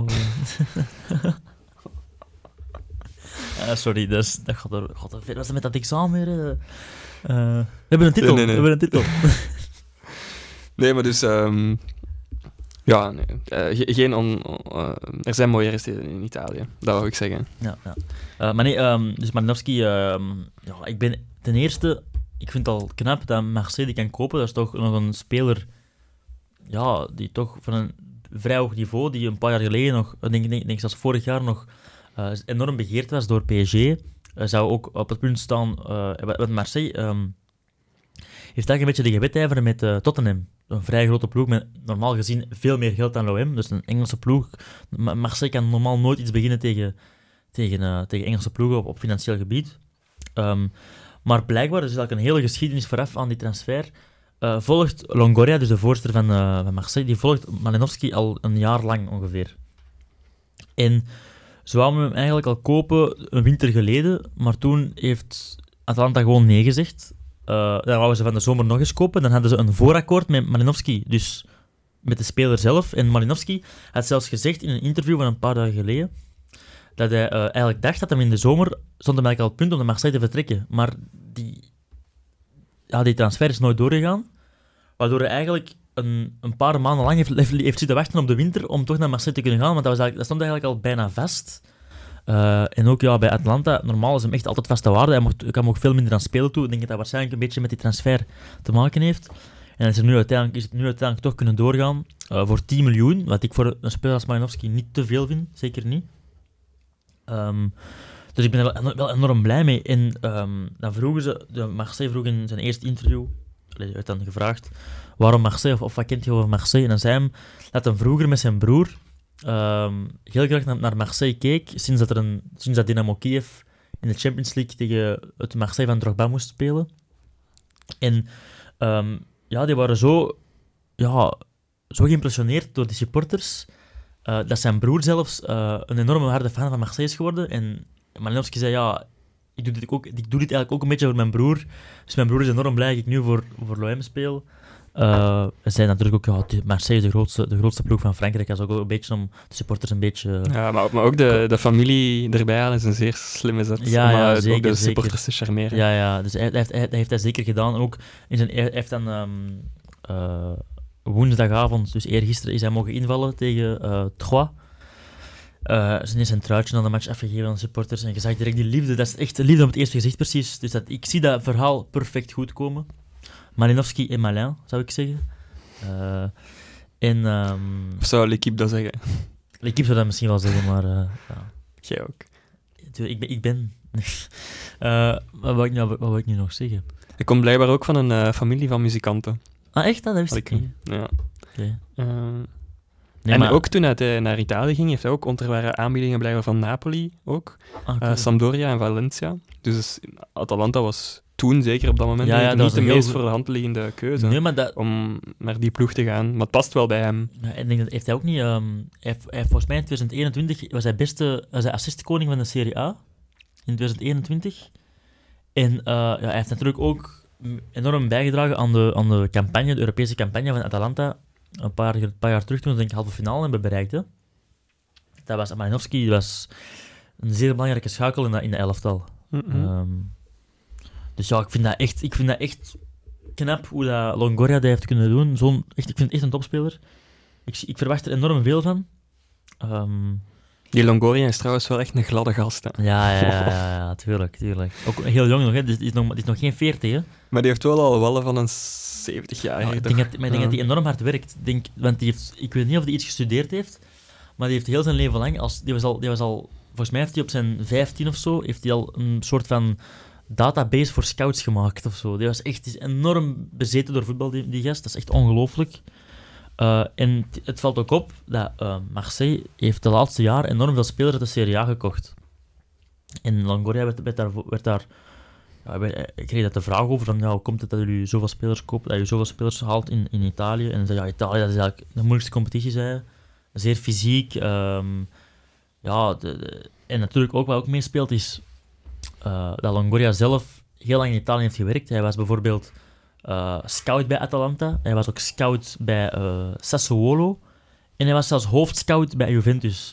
D: Sorry, dat gaat er... Wat is met dat examen weer? We hebben een titel.
C: Nee.
D: We hebben een titel.
C: Nee, maar dus... er zijn mooiere steden in Italië. Dat wou ik zeggen.
D: Ja. Maar nee, dus Malinowski... ik ben... Ten eerste, ik vind het al knap dat Marseille die kan kopen. Dat is toch nog een speler... Ja, die toch van een vrij hoog niveau, die een paar jaar geleden nog... Ik denk zelfs vorig jaar nog... enorm begeerd was door PSG. Zou ook op het punt staan... Want Marseille heeft eigenlijk een beetje de gewetijveren met Tottenham. Een vrij grote ploeg met normaal gezien veel meer geld dan l'OM. Dus een Engelse ploeg. Marseille kan normaal nooit iets beginnen tegen Engelse ploegen op financieel gebied. Maar blijkbaar, er is eigenlijk een hele geschiedenis vooraf aan die transfer. Volgt Longoria, dus de voorzitter van Marseille, die volgt Malinowski al een jaar lang ongeveer. En ze wouden hem eigenlijk al kopen een winter geleden, maar toen heeft Atalanta gewoon nee gezegd. Dan wouden ze van de zomer nog eens kopen. Dan hadden ze een voorakkoord met Malinowski, dus met de speler zelf. En Malinowski had zelfs gezegd in een interview van een paar dagen geleden dat hij eigenlijk dacht dat hem in de zomer stond hem eigenlijk al op het punt om naar Marseille te vertrekken. Maar die transfer is nooit doorgegaan, waardoor hij eigenlijk een paar maanden lang heeft zitten wachten op de winter om toch naar Marseille te kunnen gaan, want dat stond eigenlijk al bijna vast. En ook bij Atalanta, normaal is hem echt altijd vaste waarde. Hij kwam ook veel minder aan spelen toe. Ik denk dat dat waarschijnlijk een beetje met die transfer te maken heeft. En is het nu uiteindelijk toch kunnen doorgaan voor 10 miljoen, wat ik voor een speler als Malinovskyi niet te veel vind, zeker niet. Dus ik ben er wel enorm blij mee. En dan Marseille vroeg in zijn eerste interview, hij werd dan gevraagd, waarom Marseille, of wat kent je over Marseille? En dan zei hij dat hij vroeger met zijn broer heel graag naar Marseille keek, sinds dat Dynamo Kiev in de Champions League tegen het Marseille van Drogba moest spelen. En die waren zo geïmpressioneerd door die supporters, dat zijn broer zelfs een enorme harde fan van Marseille is geworden. En Malinovskyi zei, ik doe dit eigenlijk ook een beetje voor mijn broer. Dus mijn broer is enorm blij dat ik nu voor L'OM speel. En zij natuurlijk ook, Marseille is de grootste ploeg van Frankrijk. Dat is ook een beetje om de supporters een beetje...
C: Ja, maar ook de familie erbij halen is een zeer slimme zet. Om
D: zeker,
C: ook de supporters te charmeren.
D: Ja, dus hij heeft dat zeker gedaan. En ook hij heeft dan woensdagavond, dus eergisteren, is hij mogen invallen tegen Troyes. Ze is een truitje aan de match afgegeven aan de supporters. En je zag direct die liefde. Dat is echt liefde op het eerste gezicht, precies. Dus ik zie dat verhaal perfect goed komen. Malinovskyi en Malin, zou ik zeggen.
C: Of zou L'Équipe dat zeggen?
D: L'Équipe zou dat misschien wel zeggen, maar...
C: Jij ook.
D: Ik ben... wat wil ik nu nog zeggen?
C: Ik kom blijkbaar ook van een familie van muzikanten.
D: Ah, echt? Dat wist ik niet.
C: Ja.
D: Okay.
C: Ook toen hij naar Italië ging, heeft hij ook, want er waren aanbiedingen blijkbaar van Napoli ook, Sampdoria en Valencia. Dus Atalanta was toen, zeker op dat moment, niet de meest voor de hand liggende keuze om naar die ploeg te gaan. Maar het past wel bij hem.
D: Ja, ik denk dat heeft hij ook niet... hij volgens mij in 2021 was hij assistkoning van de Serie A. In 2021. En hij heeft natuurlijk ook enorm bijgedragen aan de campagne, de Europese campagne van Atalanta. Een paar jaar terug, toen we de halve finale hebben bereikt. Hè. Dat was Malinovskyi, was een zeer belangrijke schakel in de elftal. Mm-hmm. Dus ik vind dat echt knap hoe dat Longoria dat heeft kunnen doen. Ik vind het echt een topspeler. Ik verwacht er enorm veel van.
C: Die Longoria is trouwens wel echt een gladde gast. Hè?
D: Ja, tuurlijk. Ook heel jong nog, hè. Dus die is nog geen 40, hè.
C: Maar die heeft wel al wel van een 70 jaar.
D: Ik denk dat hij enorm hard werkt. Want ik weet niet of hij iets gestudeerd heeft, maar die heeft heel zijn leven lang... Volgens mij heeft hij op zijn 15 of zo heeft hij al een soort van database voor scouts gemaakt of zo. Die is enorm bezeten door voetbal, die gast. Dat is echt ongelooflijk. En het valt ook op dat Marseille heeft de laatste jaren enorm veel spelers uit de Serie A gekocht. En Longoria werd daar... ik kreeg dat de vraag over, van, hoe komt het dat jullie zoveel spelers kopen, dat jullie zoveel spelers haalt in Italië? En zei, Italië dat is eigenlijk de moeilijkste competitie, zei hij. Zeer fysiek. En natuurlijk ook wat ook meespeelt is dat Longoria zelf heel lang in Italië heeft gewerkt. Hij was bijvoorbeeld scout bij Atalanta. Hij was ook scout bij Sassuolo. En hij was zelfs hoofdscout bij Juventus.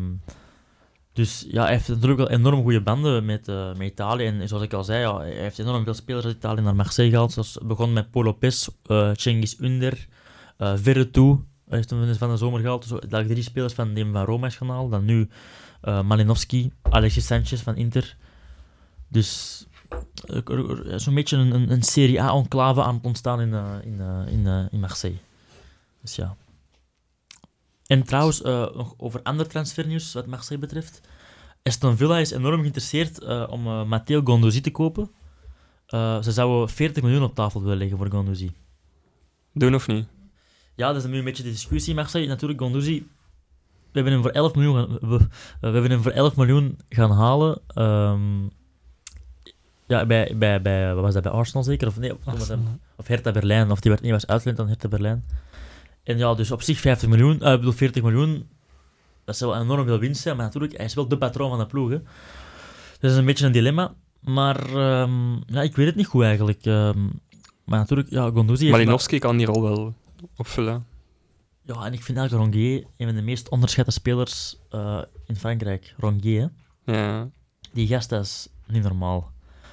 D: Dus hij heeft natuurlijk wel enorm goede banden met Italië. En zoals ik al zei, hij heeft enorm veel spelers uit Italië naar Marseille gehaald. Zoals begon met Paul Lopez, Cengiz Ünder, Veretout. Hij heeft hem van de zomer gehaald. Dus dat 3 spelers van Roma is gaan halen. Dan nu Malinovskyi, Alexis Sanchez van Inter. Dus zo'n beetje een Serie A-enclave aan het ontstaan in Marseille. Dus ja. En trouwens, nog over ander transfernieuws wat Marseille betreft. Aston Villa is enorm geïnteresseerd om Matteo Guendouzi te kopen. Ze zouden 40 miljoen op tafel willen leggen voor Guendouzi.
C: Doen of niet?
D: Ja, dat is nu een beetje de discussie in Marseille. Natuurlijk, Guendouzi... We hebben hem voor 11 miljoen gaan halen. Bij wat was dat, bij Arsenal zeker? Of nee, of Hertha Berlijn. Of die was uitgeleend aan Hertha Berlijn. En ja, dus op zich 40 miljoen, dat zou wel enorm veel winst zijn, maar natuurlijk, hij is wel de patroon van de ploeg. Hè. Dus dat is een beetje een dilemma. Maar ik weet het niet goed eigenlijk. Maar natuurlijk, Guendouzi...
C: Malinovskyi kan die rol wel opvullen.
D: Ja, en ik vind eigenlijk Rongier een van de meest onderschatte spelers in Frankrijk. Rongier, hè.
C: Ja.
D: Die gast, dat is niet normaal.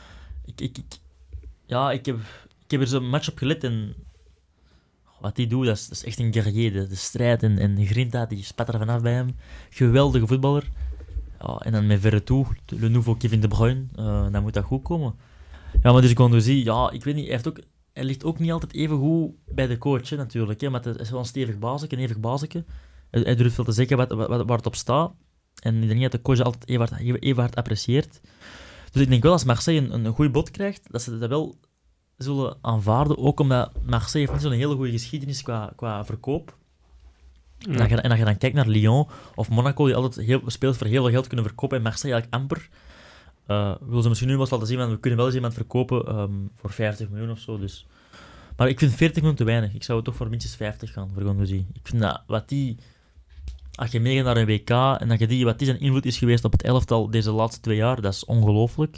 D: Ik heb er zo'n match op gelet en wat hij doet, dat is echt een guerrier. De strijd en de grinta, die spat er vanaf bij hem. Geweldige voetballer. Ja, en dan met Verretou, le nouveau Kevin De Bruyne, dan moet dat goed komen. Ja, maar dus Guendouzi, ja, ik weet niet, hij ligt ook niet altijd even goed bij de coach, hè, natuurlijk. Hè, maar het is wel een stevig bazeke. Hij durft wel te zeggen waar het op staat. En ik denk niet dat de coach dat altijd even hard apprecieert. Dus ik denk wel, als Marseille een goede bod krijgt, dat ze dat wel zullen aanvaarden. Ook omdat Marseille heeft niet zo'n hele goede geschiedenis qua verkoop.
C: Ja.
D: En als je dan kijkt naar Lyon of Monaco, die altijd spelers voor heel veel geld kunnen verkopen, en Marseille eigenlijk amper. Willen ze misschien nu wel te zien, want we kunnen wel eens iemand verkopen voor 50 miljoen of zo. Dus. Maar ik vind 40 miljoen te weinig. Ik zou toch voor minstens 50 gaan, voor Guendouzi. Ik vind dat wat die... Als je meegaat naar een WK en dat je wat die zijn invloed is geweest op het elftal deze laatste 2 jaar, dat is ongelooflijk.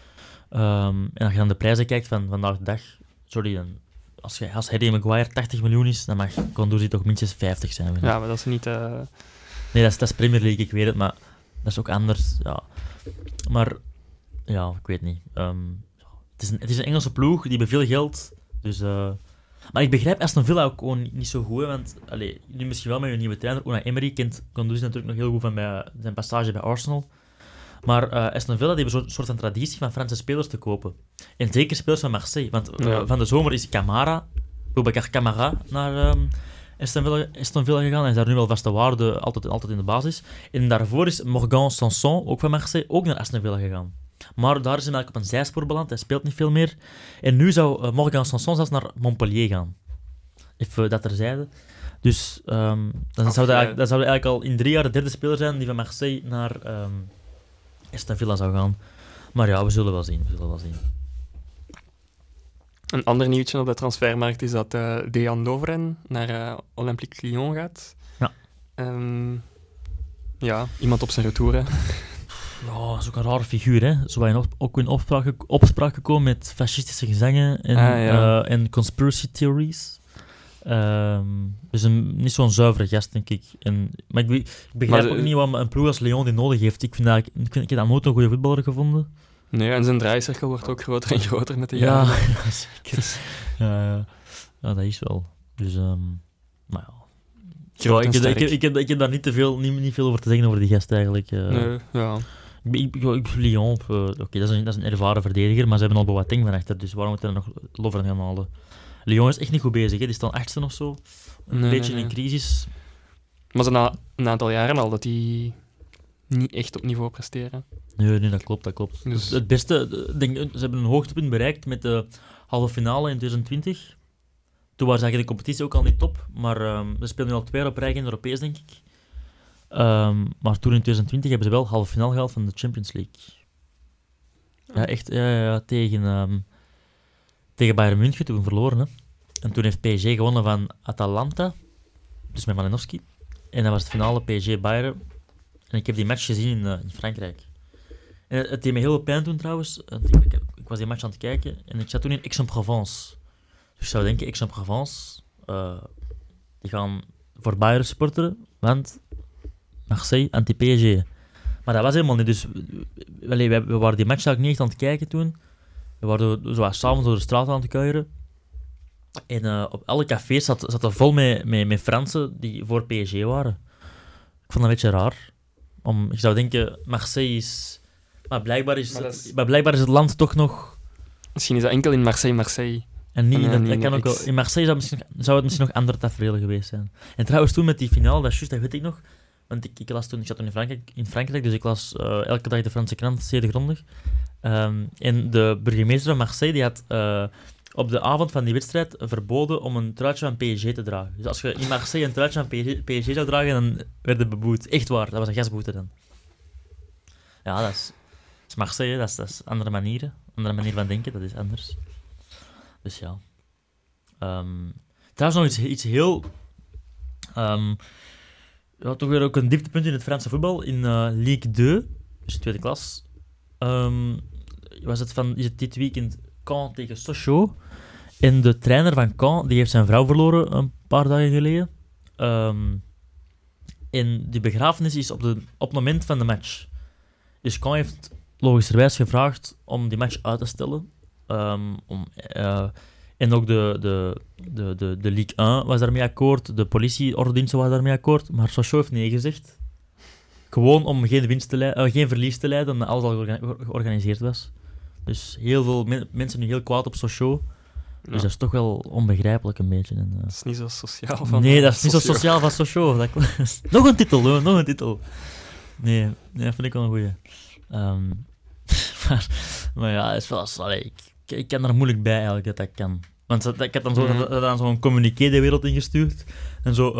D: En als je dan de prijzen kijkt van vandaag de dag, sorry, dan, als Harry Maguire 80 miljoen is, dan mag Guendouzi toch minstens 50 zijn.
C: Ja, maar dat is niet...
D: Nee, dat is Premier League, ik weet het, maar dat is ook anders. Ja. Maar, ja, ik weet niet. Het is een Engelse ploeg, die hebben veel geld, dus... Maar ik begrijp Aston Villa ook gewoon niet zo goed, hè, want nu misschien wel met hun nieuwe trainer, Unai Emery, kent Guendouzi natuurlijk nog heel goed van zijn passage bij Arsenal. Maar Aston Villa die hebben een soort van traditie van Franse spelers te kopen. En zeker spelers van Marseille, want van de zomer is Boubacar Camara naar Aston Villa gegaan en is daar nu wel vaste waarde, altijd in de basis. En daarvoor is Morgan Sanson, ook van Marseille, ook naar Aston Villa gegaan. Maar daar is hij eigenlijk op een zijspoor beland, hij speelt niet veel meer. En nu zou Morgan Sanson zelfs naar Montpellier gaan. Even dat terzijde. Dus dan zou hij eigenlijk al in 3 jaar de derde speler zijn die van Marseille naar Aston Villa zou gaan. Maar ja, we zullen wel zien.
C: Een ander nieuwtje op de transfermarkt is dat Dejan Lovren naar Olympique Lyon gaat.
D: Ja.
C: Ja, iemand op zijn retour, hè.
D: Ja, dat is ook een rare figuur, hè. Zo is ook in opspraak gekomen met fascistische gezangen en conspiracy theories. Dus niet zo'n zuivere gast, denk ik. Maar ik begrijp ook niet wat een ploeg als Lyon die nodig heeft. Ik heb dat nooit een goede voetballer gevonden.
C: Nee, en zijn draaicirkel wordt ook groter en groter met de jaren.
D: Ja, zeker. Ja, dat is wel. Dus, maar ja. Ik heb daar niet veel over te zeggen over die gast, eigenlijk.
C: Nee, ja.
D: Lyon, oké, dat is een ervaren verdediger, maar ze hebben al Boateng van achter, dus waarom moeten we nog Lovren gaan halen? Lyon is echt niet goed bezig, hè? Die staan 8e of zo. Een beetje in crisis.
C: Maar ze na een aantal jaren al dat die niet echt op niveau presteren.
D: Nee, dat klopt. Dus het beste, ze hebben een hoogtepunt bereikt met de halve finale in 2020. Toen was eigenlijk de competitie ook al niet top, maar ze spelen nu al 2 jaar op rij in Europees, denk ik. Maar toen in 2020 hebben ze wel halve finale gehaald van de Champions League. Ja, echt, tegen Bayern München, toen verloren. Hè. En toen heeft PSG gewonnen van Atalanta, dus met Malinowski. En dat was het finale PSG-Bayern. En ik heb die match gezien in Frankrijk. En het deed me heel veel pijn toen trouwens. Ik was die match aan het kijken en ik zat toen in Aix-en-Provence. Dus ik zou denken, Aix-en-Provence, die gaan voor Bayern supporteren, want Marseille anti-PSG. Maar dat was helemaal niet. Dus we waren die match eigenlijk niet echt aan het kijken toen. We waren zo s'avonds door de straat aan het kuieren. En op alle cafés zat er vol met Fransen die voor PSG waren. Ik vond dat een beetje raar. Je zou denken, Marseille is... Maar blijkbaar is het land toch nog...
C: Misschien is dat enkel in Marseille.
D: En niet, dat kan ook wel... In Marseille zou het misschien nog andere tafereelen geweest zijn. En trouwens, toen met die finale, dat weet ik nog. Want ik zat toen in Frankrijk, dus ik las elke dag de Franse krant zeer grondig. En de burgemeester van Marseille die had op de avond van die wedstrijd verboden om een truitje van PSG te dragen. Dus als je in Marseille een truitje van PSG zou dragen, dan werd het beboet. Echt waar, dat was een gasboete dan. Ja, dat is Marseille, dat is andere manier van denken, dat is anders. Dus ja. Trouwens nog iets heel... toch weer ook een dieptepunt in het Franse voetbal. In Ligue 2, dus de tweede klas, is het dit weekend Caen tegen Sochaux. En de trainer van Caen die heeft zijn vrouw verloren een paar dagen geleden. En die begrafenis is op het moment van de match. Dus Caen heeft logischerwijs gevraagd om die match uit te stellen. En ook de Ligue 1 was daarmee akkoord, de politieordendienst was daarmee akkoord, maar Sochaux heeft nee gezegd. Gewoon om geen verlies te leiden, omdat alles al georganiseerd was. Dus heel veel mensen nu heel kwaad op Sochaux. Dus dat is toch wel onbegrijpelijk een beetje. En,
C: Dat is niet zo sociaal van...
D: nee, dat is niet zo sociaal van Sochaux. Nog een titel, hoor, nog een titel. Nee, dat vind ik wel een goeie. Maar ja, het is wel... Allee, ik kan er moeilijk bij eigenlijk dat dat kan. Want ik had dan zo'n communiqué de wereld ingestuurd. En zo...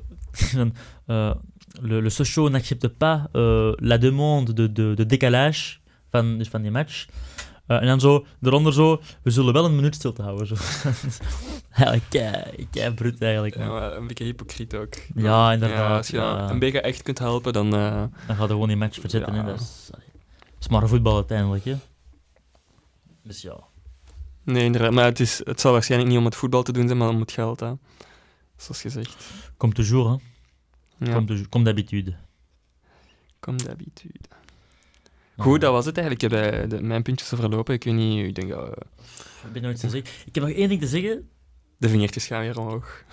D: Le Sochaux n'accepte pas la demande de décalage van die match. En dan zo, eronder zo, we zullen wel een minuut stilte houden. Zo. Eigenlijk kei brut eigenlijk.
C: Ja, maar een beetje hypocriet ook.
D: Ja, inderdaad.
C: Ja, als je een beetje echt kunt helpen, dan...
D: Dan gaat er gewoon die match verzetten. Ja. Dat is maar voetbal uiteindelijk. Hè. Dus ja.
C: Nee, inderdaad. Maar het zal waarschijnlijk niet om het voetbal te doen zijn, maar om het geld. Hè. Zoals gezegd.
D: Comme toujours, hè.
C: Ja.
D: Comme d'habitude.
C: Comme d'habitude. Goed, dat was het eigenlijk. Ik heb mijn puntjes verlopen. Ik weet niet, ik denk dat...
D: Ik ben nooit te zeggen. Ik heb nog één ding te zeggen.
C: De vingertjes gaan weer omhoog.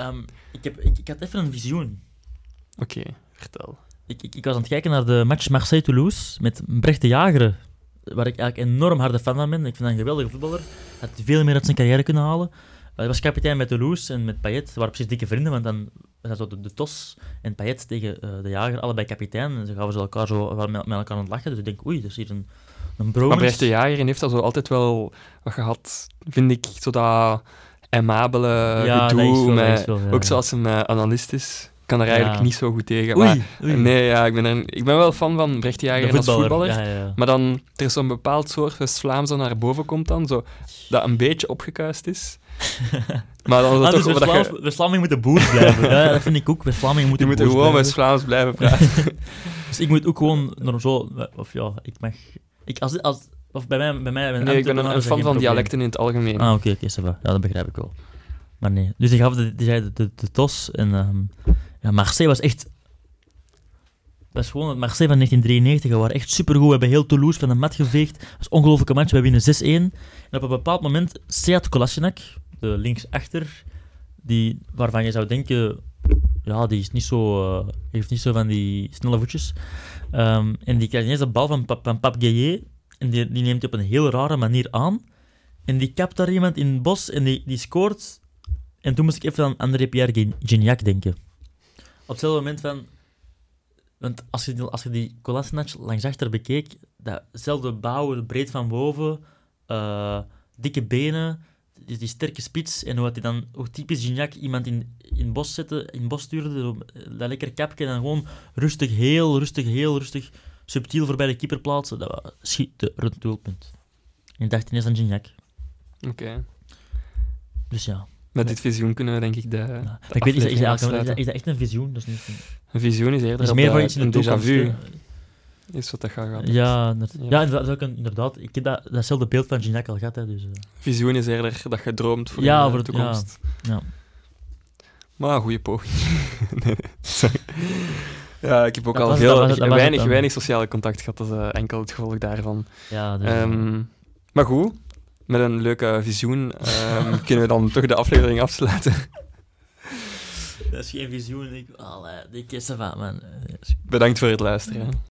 D: Ik had even een visioen.
C: Oké, vertel.
D: Ik was aan het kijken naar de match Marseille-Toulouse met Brecht de Jager, waar ik eigenlijk enorm harde fan van ben. Ik vind dat een geweldige voetballer. Hij had veel meer uit zijn carrière kunnen halen. Hij was kapitein met Toulouse en met Payet. Ze waren precies dikke vrienden, want dan was zo de Tos en Payet tegen de Jager, allebei kapitein. En ze gaven ze elkaar zo met elkaar aan het lachen. Dus ik denk, oei, dat is hier een bromance.
C: Maar Brecht de Jager heeft dat zo altijd wel wat gehad, vind ik, zo dat aimabele gedoe.
D: Dat is wel, ja.
C: Ook zoals een analist is. Ik kan er eigenlijk niet zo goed tegen.
D: Oei.
C: Nee, ja, ik ben wel fan van Brecht de Jager als voetballer.
D: Ja.
C: Maar dan, er is zo'n bepaald soort West-Vlaams dat naar boven komt dan, zo, dat een beetje opgekuist is. Maar dan
D: dus West-Vlamingen moeten boers blijven. Ja, dat vind ik ook. West-Vlamingen moeten
C: boers blijven. Die moeten gewoon West-Vlaams blijven praten.
D: Dus ik moet ook gewoon naar zo... Of ja, ik mag... Of bij mij...
C: Nee, ik ben een fan van dialecten in het algemeen.
D: Ah, oké, ça va. Ja, dat begrijp ik wel. Maar nee. Dus die zei de TOS en... Marseille was echt... Dat is gewoon het Marseille van 1993. We waren echt supergoed. We hebben heel Toulouse van de mat geveegd. Dat was een ongelofelijke match. We winnen 6-1. En op een bepaald moment... Sead Kolasinac, de linksachter, waarvan je zou denken... Ja, die is niet zo... heeft niet zo van die snelle voetjes. En die krijgt ineens de bal van Pape Gueye. En die neemt die op een heel rare manier aan. En die kapt daar iemand in het bos en die scoort. En toen moest ik even aan André-Pierre Gignac denken. Op hetzelfde moment van... Want als je die Kolasinac langs achter bekeek, datzelfde bouw, breed van boven, dikke benen, die sterke spits, en hoe hij dan typisch Gignac iemand in het bos zette, in het bos stuurde, dat lekker kapje, en dan gewoon heel rustig, subtiel voorbij de keeper plaatsen. Dat was schitterend doelpunt. En ik dacht ineens aan Gignac.
C: Oké.
D: Dus ja.
C: Met dit visioen kunnen we denk ik
D: ik weet, is dat echt een visioen? Dat is niet
C: een visioen is eerder
D: meer van iets in de
C: déjà vu.
D: toekomst.
C: Is wat dat gaat.
D: Ja, inderdaad. Ik heb datzelfde beeld van Gignac al gehad. Hè, dus,
C: Visioen is eerder dat je droomt voor de toekomst.
D: Ja.
C: Maar een goede poging. Nee, sorry. Ja, ik heb ook al weinig sociale contact gehad. Dat is enkel het gevolg daarvan.
D: Ja, dus,
C: maar goed, met een leuke visioen kunnen we dan toch de aflevering afsluiten.
D: Dat is geen visioen. Ik is ervan, man.
C: Bedankt voor het luisteren.